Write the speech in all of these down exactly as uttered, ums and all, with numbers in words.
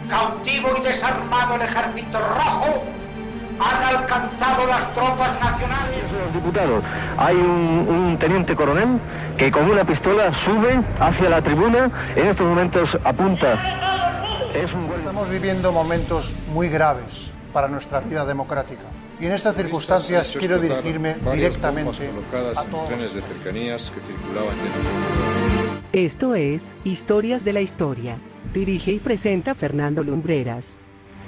cautivo y desarmado el ejército rojo, han alcanzado las tropas nacionales. Señores diputados, hay un, un teniente coronel que con una pistola sube hacia la tribuna, en estos momentos apunta. Es un... Estamos viviendo momentos muy graves para nuestra vida democrática. Y en estas circunstancias quiero dirigirme directamente a todos. Trenes de cercanías que circulaban de... Esto es Historias de la Historia. Dirige y presenta Fernando Lumbreras.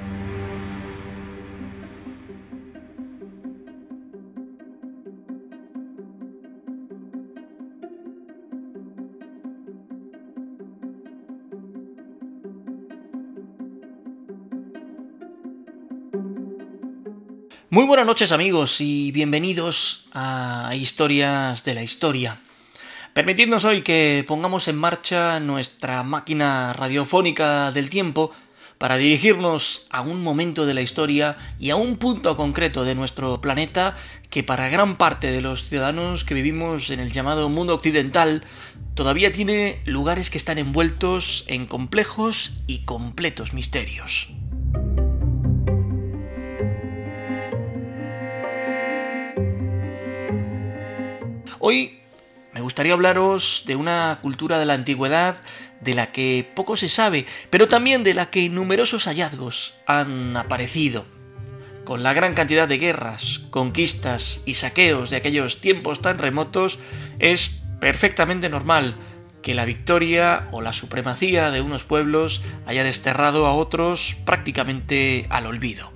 Muy buenas noches, amigos, y bienvenidos a Historias de la Historia. Permitidnos hoy que pongamos en marcha nuestra máquina radiofónica del tiempo para dirigirnos a un momento de la historia y a un punto concreto de nuestro planeta que para gran parte de los ciudadanos que vivimos en el llamado mundo occidental todavía tiene lugares que están envueltos en complejos y completos misterios. Hoy me gustaría hablaros de una cultura de la antigüedad de la que poco se sabe, pero también de la que numerosos hallazgos han aparecido. Con la gran cantidad de guerras, conquistas y saqueos de aquellos tiempos tan remotos, es perfectamente normal que la victoria o la supremacía de unos pueblos haya desterrado a otros prácticamente al olvido.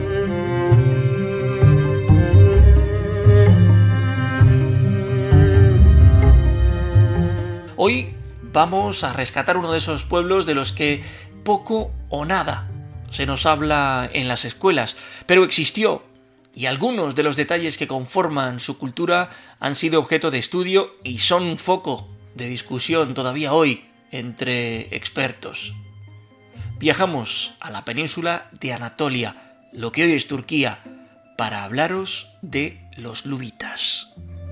Hoy vamos a rescatar uno de esos pueblos de los que poco o nada se nos habla en las escuelas, pero existió, y algunos de los detalles que conforman su cultura han sido objeto de estudio y son un foco de discusión todavía hoy entre expertos. Viajamos a la península de Anatolia, lo que hoy es Turquía, para hablaros de los luvitas.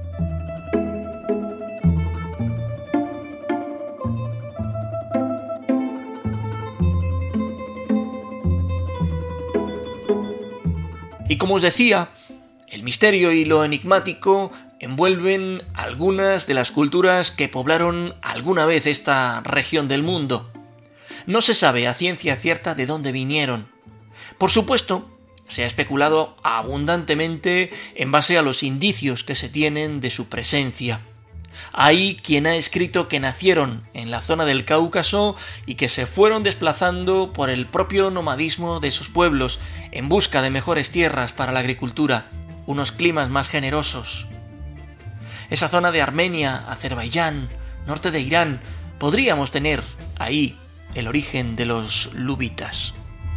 Y como os decía, el misterio y lo enigmático envuelven algunas de las culturas que poblaron alguna vez esta región del mundo. No se sabe a ciencia cierta de dónde vinieron. Por supuesto, se ha especulado abundantemente en base a los indicios que se tienen de su presencia. Hay quien ha escrito que nacieron en la zona del Cáucaso y que se fueron desplazando por el propio nomadismo de esos pueblos en busca de mejores tierras para la agricultura, unos climas más generosos. Esa zona de Armenia, Azerbaiyán, norte de Irán, podríamos tener ahí el origen de los luvitas.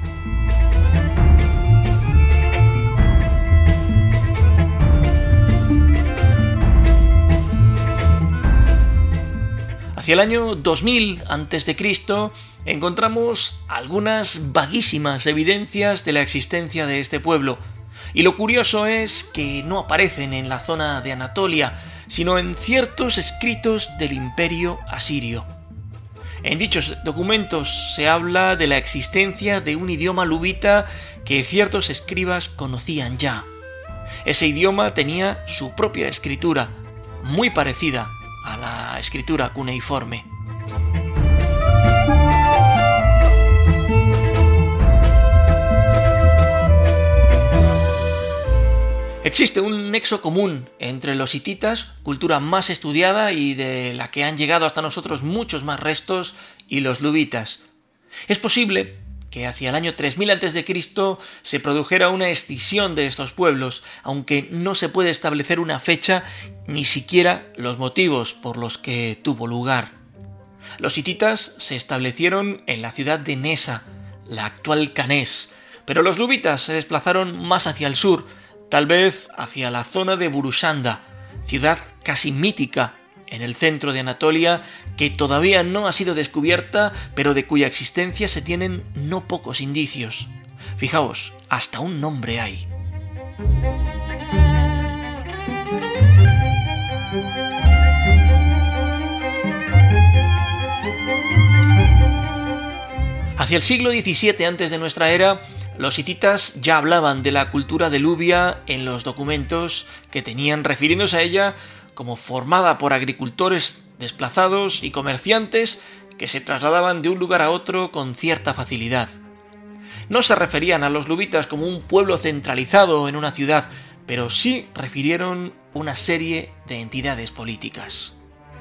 Hacia el año dos mil antes de Cristo encontramos algunas vaguísimas evidencias de la existencia de este pueblo, y lo curioso es que no aparecen en la zona de Anatolia, sino en ciertos escritos del Imperio Asirio. En dichos documentos se habla de la existencia de un idioma luvita que ciertos escribas conocían ya. Ese idioma tenía su propia escritura, muy parecida a la escritura cuneiforme. Existe un nexo común entre los hititas, cultura más estudiada y de la que han llegado hasta nosotros muchos más restos, y los luvitas. Es posible que hacia el año tres mil antes de Cristo se produjera una escisión de estos pueblos, aunque no se puede establecer una fecha ni siquiera los motivos por los que tuvo lugar. Los hititas se establecieron en la ciudad de Nesa, la actual Canés, pero los luvitas se desplazaron más hacia el sur, tal vez hacia la zona de Burusanda, ciudad casi mítica en el centro de Anatolia, que todavía no ha sido descubierta, pero de cuya existencia se tienen no pocos indicios. Fijaos, hasta un nombre hay. Hacia el siglo diecisiete antes de nuestra era, los hititas ya hablaban de la cultura de Lubia en los documentos que tenían, refiriéndose a ella como formada por agricultores desplazados y comerciantes que se trasladaban de un lugar a otro con cierta facilidad. No se referían a los lubitas como un pueblo centralizado en una ciudad, pero sí refirieron una serie de entidades políticas.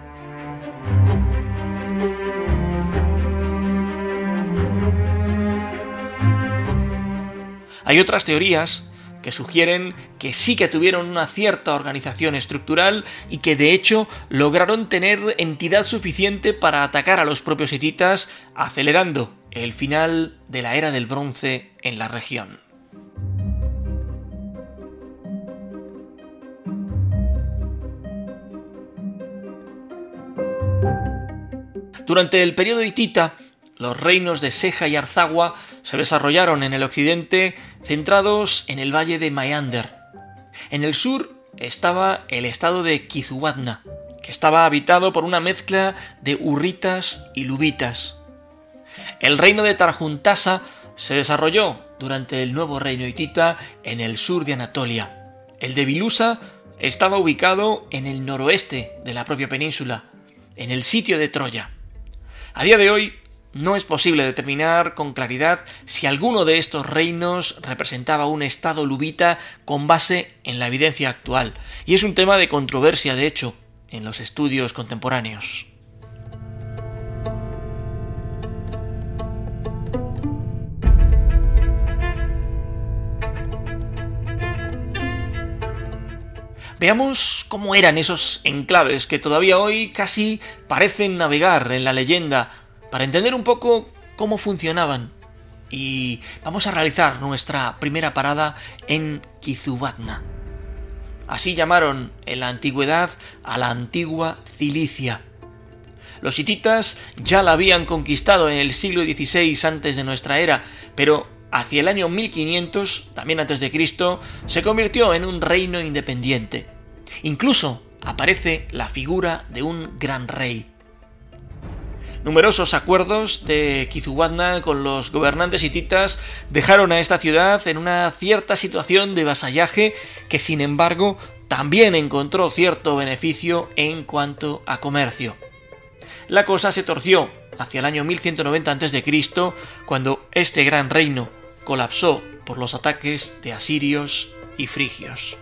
Hay otras teorías que sugieren que sí que tuvieron una cierta organización estructural y que de hecho lograron tener entidad suficiente para atacar a los propios hititas, acelerando el final de la era del bronce en la región. Durante el periodo hitita, los reinos de Seja y Arzagua se desarrollaron en el occidente, centrados en el valle de Maeander. En el sur estaba el estado de Kizuwatna, que estaba habitado por una mezcla de hurritas y lubitas. El reino de Tarhuntasa se desarrolló durante el nuevo reino hitita en el sur de Anatolia. El de Bilusa estaba ubicado en el noroeste de la propia península, en el sitio de Troya. A día de hoy, no es posible determinar con claridad si alguno de estos reinos representaba un estado lubita con base en la evidencia actual, y es un tema de controversia, de hecho, en los estudios contemporáneos. Veamos cómo eran esos enclaves que todavía hoy casi parecen navegar en la leyenda, para entender un poco cómo funcionaban. Y vamos a realizar nuestra primera parada en Kizuwatna. Así llamaron en la antigüedad a la antigua Cilicia. Los hititas ya la habían conquistado en el siglo dieciséis antes de nuestra era, pero hacia el año mil quinientos, también antes de Cristo, se convirtió en un reino independiente. Incluso aparece la figura de un gran rey. Numerosos acuerdos de Kizuwatna con los gobernantes hititas dejaron a esta ciudad en una cierta situación de vasallaje que, sin embargo, también encontró cierto beneficio en cuanto a comercio. La cosa se torció hacia el año mil ciento noventa antes de Cristo, cuando este gran reino colapsó por los ataques de asirios y frigios.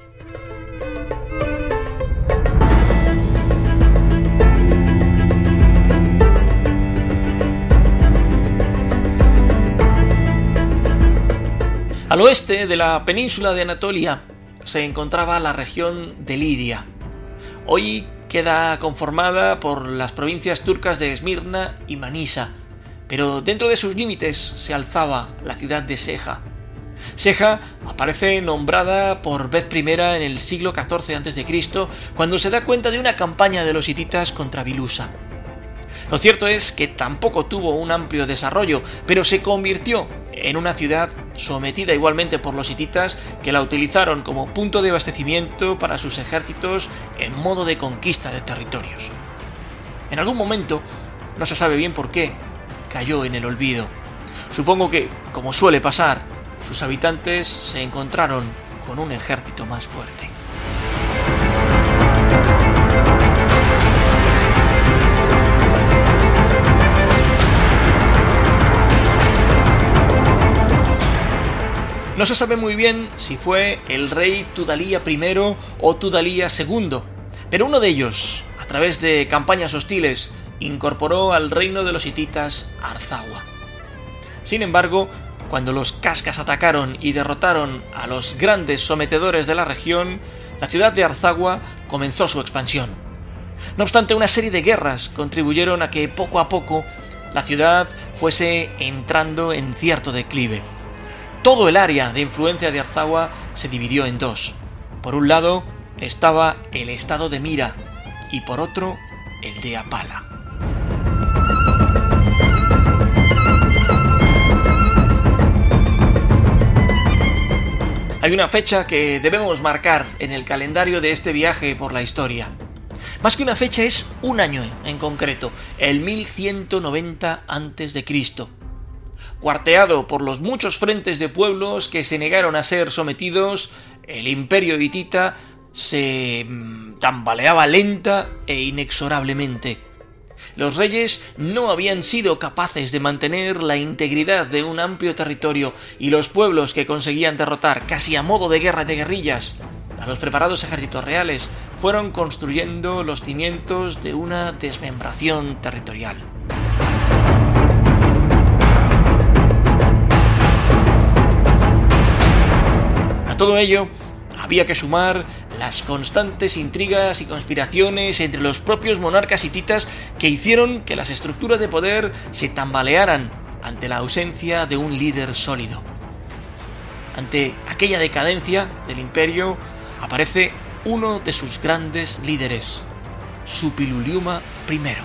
Al oeste de la península de Anatolia se encontraba la región de Lidia. Hoy queda conformada por las provincias turcas de Esmirna y Manisa, pero dentro de sus límites se alzaba la ciudad de Seja. Seja aparece nombrada por vez primera en el siglo catorce antes de Cristo, cuando se da cuenta de una campaña de los hititas contra Bilusa. Lo cierto es que tampoco tuvo un amplio desarrollo, pero se convirtió en una ciudad sometida igualmente por los hititas, que la utilizaron como punto de abastecimiento para sus ejércitos en modo de conquista de territorios. En algún momento, no se sabe bien por qué, cayó en el olvido. Supongo que, como suele pasar, sus habitantes se encontraron con un ejército más fuerte. No se sabe muy bien si fue el rey Tudalía primero o Tudalía segundo, pero uno de ellos, a través de campañas hostiles, incorporó al reino de los hititas Arzagua. Sin embargo, cuando los cascas atacaron y derrotaron a los grandes sometedores de la región, la ciudad de Arzagua comenzó su expansión. No obstante, una serie de guerras contribuyeron a que poco a poco la ciudad fuese entrando en cierto declive. Todo el área de influencia de Arzagua se dividió en dos. Por un lado estaba el estado de Mira y por otro el de Apala. Hay una fecha que debemos marcar en el calendario de este viaje por la historia. Más que una fecha, es un año en concreto, el mil ciento noventa antes de Cristo. Cuarteado por los muchos frentes de pueblos que se negaron a ser sometidos, el imperio hitita se tambaleaba lenta e inexorablemente. Los reyes no habían sido capaces de mantener la integridad de un amplio territorio y los pueblos que conseguían derrotar casi a modo de guerra de guerrillas a los preparados ejércitos reales fueron construyendo los cimientos de una desmembración territorial. A todo ello había que sumar las constantes intrigas y conspiraciones entre los propios monarcas hititas que hicieron que las estructuras de poder se tambalearan ante la ausencia de un líder sólido. Ante aquella decadencia del imperio aparece uno de sus grandes líderes, Suppiluliuma primero.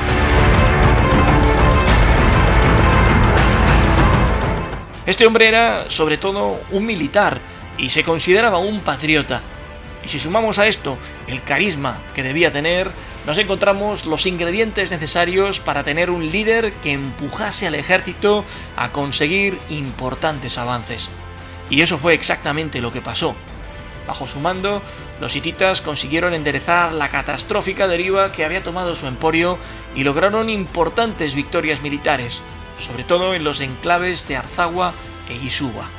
Este hombre era sobre todo un militar y se consideraba un patriota. Y si sumamos a esto el carisma que debía tener, nos encontramos los ingredientes necesarios para tener un líder que empujase al ejército a conseguir importantes avances. Y eso fue exactamente lo que pasó. Bajo su mando, los hititas consiguieron enderezar la catastrófica deriva que había tomado su emporio y lograron importantes victorias militares, sobre todo en los enclaves de Arzawa e Isuwa.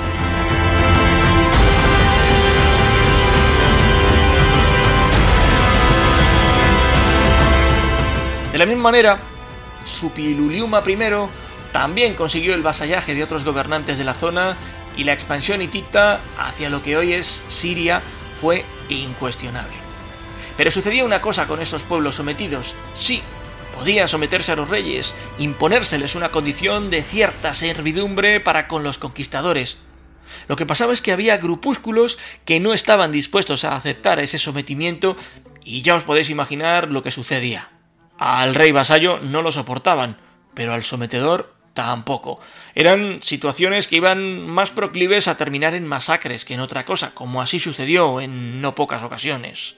De la misma manera, Suppiluliuma primero también consiguió el vasallaje de otros gobernantes de la zona y la expansión hitita hacia lo que hoy es Siria fue incuestionable. Pero sucedía una cosa con estos pueblos sometidos. Sí, podía someterse a los reyes, imponérseles una condición de cierta servidumbre para con los conquistadores. Lo que pasaba es que había grupúsculos que no estaban dispuestos a aceptar ese sometimiento y ya os podéis imaginar lo que sucedía. Al rey vasallo no lo soportaban, pero al sometedor tampoco. Eran situaciones que iban más proclives a terminar en masacres que en otra cosa, como así sucedió en no pocas ocasiones.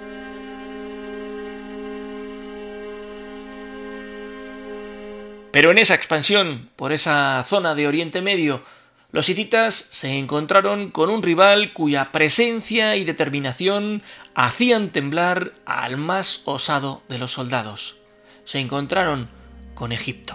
Pero en esa expansión por esa zona de Oriente Medio, los hititas se encontraron con un rival cuya presencia y determinación hacían temblar al más osado de los soldados. Se encontraron con Egipto.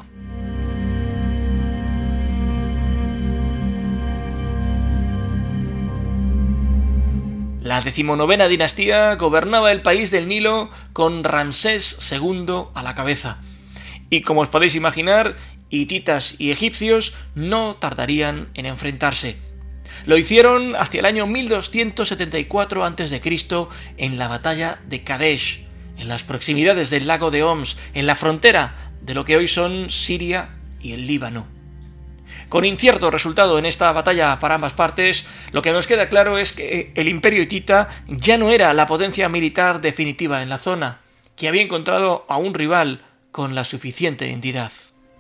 La decimonovena dinastía gobernaba el país del Nilo con Ramsés segundo a la cabeza. Y como os podéis imaginar, hititas y egipcios no tardarían en enfrentarse. Lo hicieron hacia el año mil doscientos setenta y cuatro antes de Cristo en la batalla de Kadesh, en las proximidades del lago de Homs, en la frontera de lo que hoy son Siria y el Líbano. Con incierto resultado en esta batalla para ambas partes, lo que nos queda claro es que el imperio hitita ya no era la potencia militar definitiva en la zona, que había encontrado a un rival con la suficiente entidad.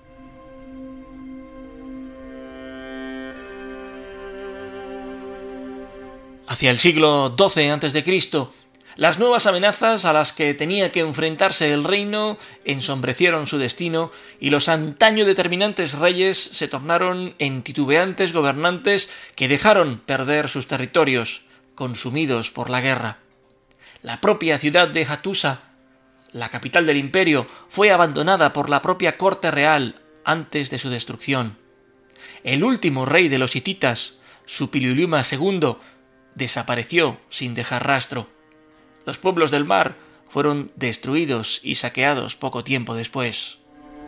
Hacia el siglo doce antes de Cristo, las nuevas amenazas a las que tenía que enfrentarse el reino ensombrecieron su destino y los antaño determinantes reyes se tornaron en titubeantes gobernantes que dejaron perder sus territorios, consumidos por la guerra. La propia ciudad de Hattusa, la capital del imperio, fue abandonada por la propia corte real antes de su destrucción. El último rey de los hititas, Suppiluliuma segundo, desapareció sin dejar rastro. Los pueblos del mar fueron destruidos y saqueados poco tiempo después.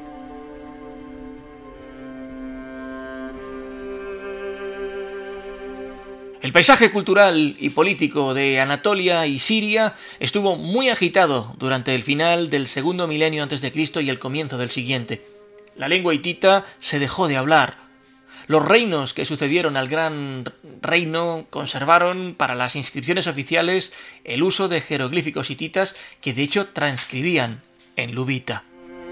El paisaje cultural y político de Anatolia y Siria estuvo muy agitado durante el final del segundo milenio antes de Cristo y el comienzo del siguiente. La lengua hitita se dejó de hablar. Los reinos que sucedieron al gran reino conservaron para las inscripciones oficiales el uso de jeroglíficos hititas que de hecho transcribían en luvita.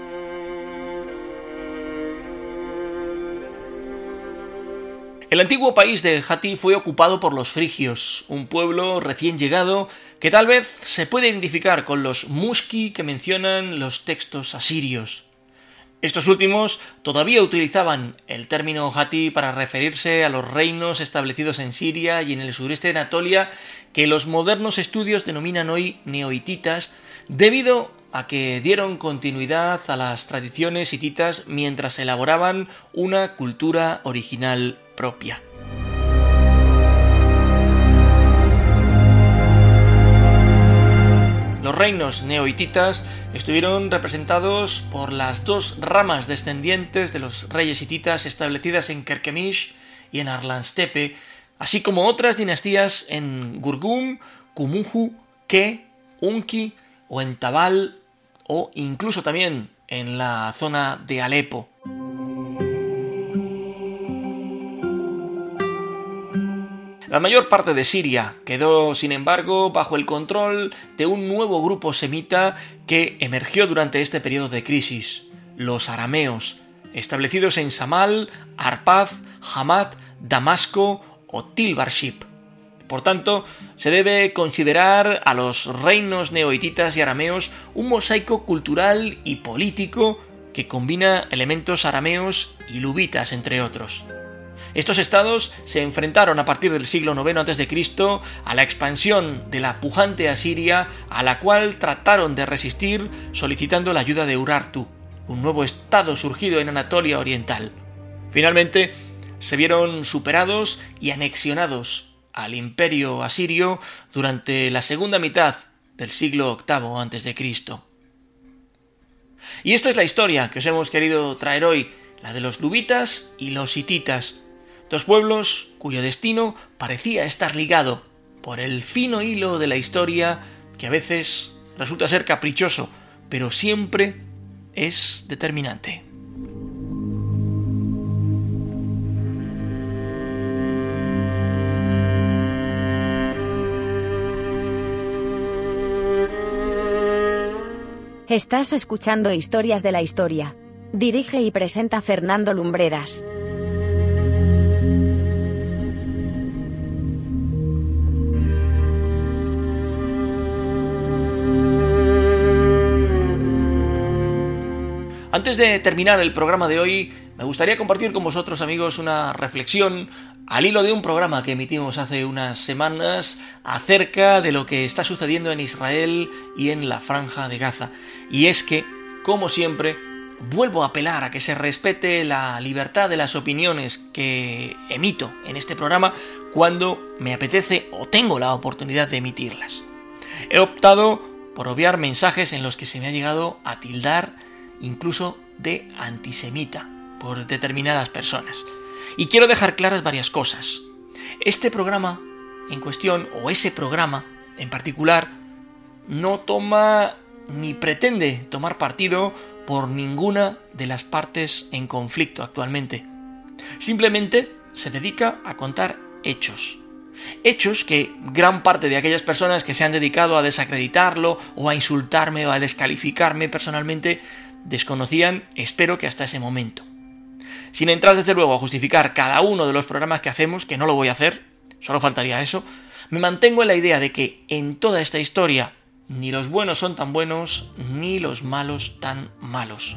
El antiguo país de Hatti fue ocupado por los frigios, un pueblo recién llegado que tal vez se puede identificar con los muski que mencionan los textos asirios. Estos últimos todavía utilizaban el término Hati para referirse a los reinos establecidos en Siria y en el sureste de Anatolia, que los modernos estudios denominan hoy neohititas, debido a que dieron continuidad a las tradiciones hititas mientras elaboraban una cultura original propia. Los reinos neohititas estuvieron representados por las dos ramas descendientes de los reyes hititas establecidas en Kerkemish y en Arlanstepe, así como otras dinastías en Gurgum, Kumuhu, Ke, Unki o en Tabal, o incluso también en la zona de Alepo. La mayor parte de Siria quedó, sin embargo, bajo el control de un nuevo grupo semita que emergió durante este periodo de crisis, los arameos, establecidos en Samal, Arpaz, Hamad, Damasco o Tilbarship. Por tanto, se debe considerar a los reinos neohititas y arameos un mosaico cultural y político que combina elementos arameos y luvitas, entre otros. Estos estados se enfrentaron a partir del siglo noveno antes de Cristo a la expansión de la pujante Asiria, a la cual trataron de resistir solicitando la ayuda de Urartu, un nuevo estado surgido en Anatolia Oriental. Finalmente, se vieron superados y anexionados al imperio asirio durante la segunda mitad del siglo octavo antes de Cristo. Y esta es la historia que os hemos querido traer hoy, la de los luvitas y los hititas, dos pueblos cuyo destino parecía estar ligado por el fino hilo de la historia que a veces resulta ser caprichoso, pero siempre es determinante. Estás escuchando Historias de la Historia. Dirige y presenta Fernando Lumbreras. Antes de terminar el programa de hoy, me gustaría compartir con vosotros, amigos, una reflexión al hilo de un programa que emitimos hace unas semanas acerca de lo que está sucediendo en Israel y en la Franja de Gaza. Y es que, como siempre, vuelvo a apelar a que se respete la libertad de las opiniones que emito en este programa cuando me apetece o tengo la oportunidad de emitirlas. He optado por obviar mensajes en los que se me ha llegado a tildar incluso de antisemita por determinadas personas. Y quiero dejar claras varias cosas. Este programa en cuestión, o ese programa en particular, no toma ni pretende tomar partido por ninguna de las partes en conflicto actualmente. Simplemente se dedica a contar hechos. Hechos que gran parte de aquellas personas que se han dedicado a desacreditarlo o a insultarme o a descalificarme personalmente desconocían, espero que hasta ese momento. Sin entrar desde luego a justificar cada uno de los programas que hacemos, que no lo voy a hacer, solo faltaría eso, me mantengo en la idea de que en toda esta historia ni los buenos son tan buenos ni los malos tan malos.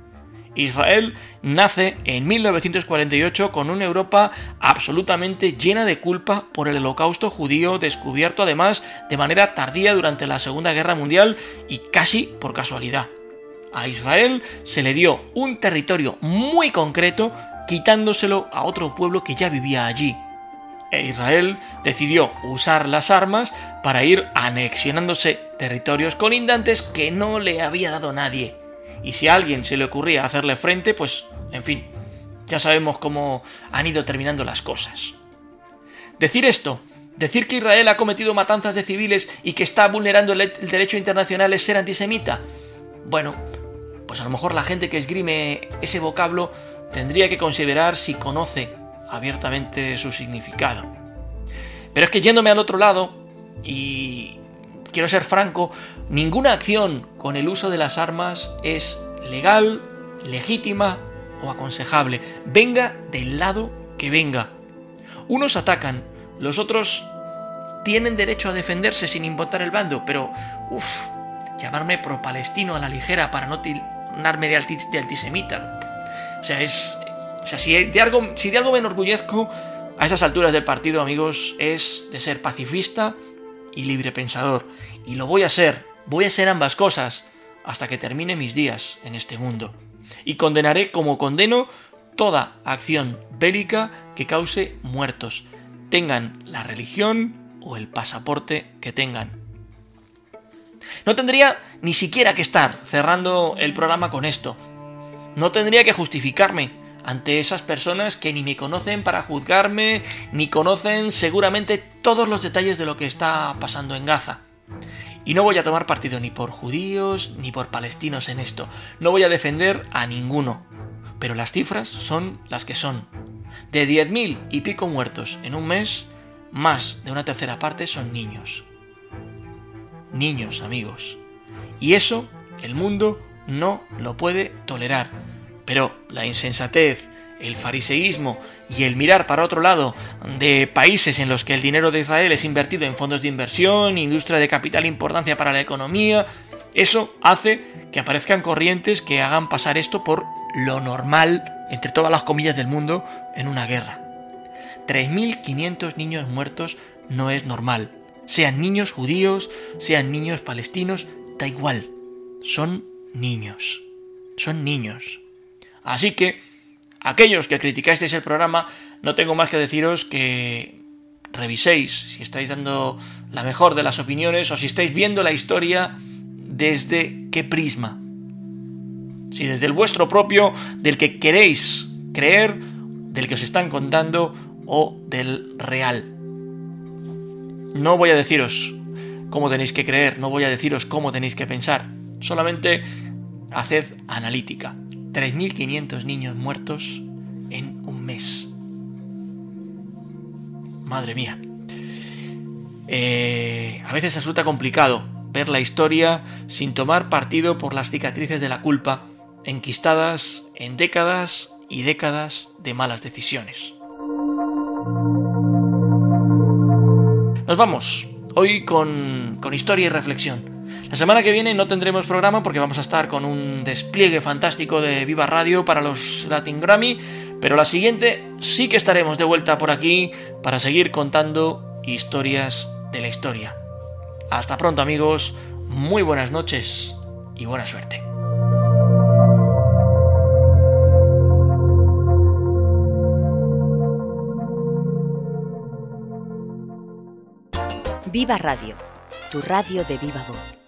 Israel nace en mil novecientos cuarenta y ocho con una Europa absolutamente llena de culpa por el holocausto judío, descubierto además de manera tardía durante la Segunda Guerra Mundial y casi por casualidad. A Israel se le dio un territorio muy concreto, quitándoselo a otro pueblo que ya vivía allí. E Israel decidió usar las armas para ir anexionándose territorios colindantes que no le había dado nadie. Y si a alguien se le ocurría hacerle frente, pues, en fin, ya sabemos cómo han ido terminando las cosas. Decir esto, decir que Israel ha cometido matanzas de civiles y que está vulnerando el, el derecho internacional es ser antisemita. Bueno, pues a lo mejor la gente que esgrime ese vocablo tendría que considerar si conoce abiertamente su significado. Pero es que yéndome al otro lado, y quiero ser franco, ninguna acción con el uso de las armas es legal, legítima o aconsejable, venga del lado que venga. Unos atacan, los otros tienen derecho a defenderse sin importar el bando, pero uff, llamarme pro-palestino a la ligera para no, til- tacharme de, alti, de antisemita. O sea, es... O sea, si de, algo, si de algo me enorgullezco a esas alturas del partido, amigos, es de ser pacifista y librepensador. Y lo voy a ser, voy a ser ambas cosas, hasta que termine mis días en este mundo. Y condenaré como condeno toda acción bélica que cause muertos, tengan la religión o el pasaporte que tengan. No tendría ni siquiera que estar cerrando el programa con esto. No tendría que justificarme ante esas personas que ni me conocen para juzgarme, ni conocen seguramente todos los detalles de lo que está pasando en Gaza. Y no voy a tomar partido ni por judíos ni por palestinos en esto. No voy a defender a ninguno. Pero las cifras son las que son. De diez mil y pico muertos en un mes, más de una tercera parte son niños. Niños, amigos. Y eso el mundo no lo puede tolerar. Pero la insensatez, el fariseísmo y el mirar para otro lado de países en los que el dinero de Israel es invertido en fondos de inversión, industria de capital importancia para la economía, eso hace que aparezcan corrientes que hagan pasar esto por lo normal, entre todas las comillas del mundo, en una guerra. tres mil quinientos niños muertos no es normal. Sean niños judíos, sean niños palestinos, da igual. Son niños. Son niños. Así que, aquellos que criticasteis el programa, no tengo más que deciros que reviséis si estáis dando la mejor de las opiniones o si estáis viendo la historia desde qué prisma. Si desde el vuestro propio, del que queréis creer, del que os están contando o del real. No voy a deciros cómo tenéis que creer, no voy a deciros cómo tenéis que pensar. Solamente haced analítica. tres mil quinientos niños muertos en un mes. Madre mía. Eh, a veces resulta complicado ver la historia sin tomar partido por las cicatrices de la culpa, enquistadas en décadas y décadas de malas decisiones. Nos vamos, hoy con, con historia y reflexión. La semana que viene no tendremos programa porque vamos a estar con un despliegue fantástico de Viva Radio para los Latin Grammy, pero la siguiente sí que estaremos de vuelta por aquí para seguir contando historias de la historia. Hasta pronto, amigos, muy buenas noches y buena suerte. Viva Radio, tu radio de viva voz.